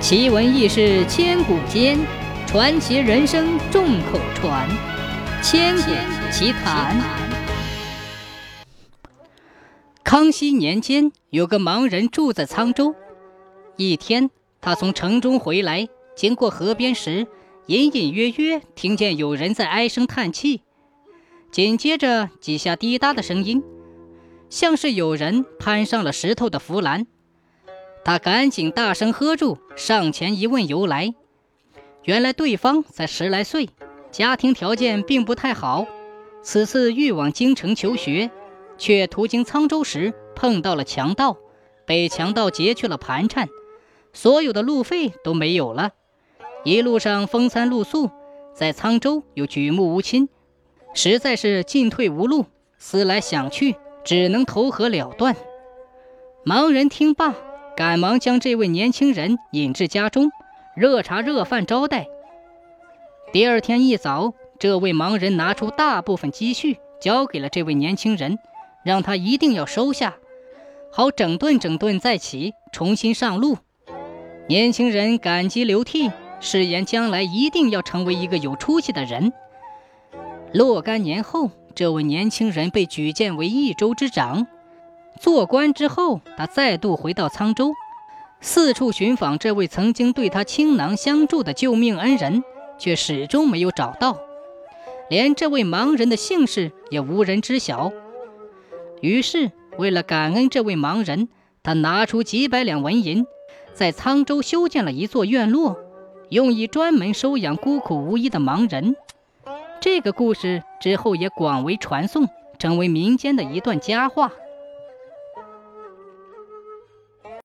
奇闻异事千古间，传奇人生众口传。千古奇谈。康熙年间，有个盲人住在沧州。一天，他从城中回来，经过河边时，隐隐约约听见有人在唉声叹气，紧接着几下滴答的声音，像是有人攀上了石头的扶栏。他赶紧大声喝住，上前一问由来。原来对方才10来岁，家庭条件并不太好，此次欲往京城求学，却途经沧州时碰到了强盗，被强盗劫去了盘缠，所有的路费都没有了。一路上风餐露宿，在沧州又举目无亲，实在是进退无路，思来想去，只能投河了断。盲人听罢，赶忙将这位年轻人引至家中，热茶热饭招待。第二天一早，这位盲人拿出大部分积蓄交给了这位年轻人，让他一定要收下，好整顿整顿再起，重新上路。年轻人感激流涕，誓言将来一定要成为一个有出息的人。若干年后，这位年轻人被举荐为益州之长。做官之后，他再度回到沧州，四处寻访这位曾经对他倾囊相助的救命恩人，却始终没有找到，连这位盲人的姓氏也无人知晓。于是为了感恩这位盲人，他拿出几百两纹银，在沧州修建了一座院落，用以专门收养孤苦无依的盲人。这个故事之后也广为传颂，成为民间的一段佳话。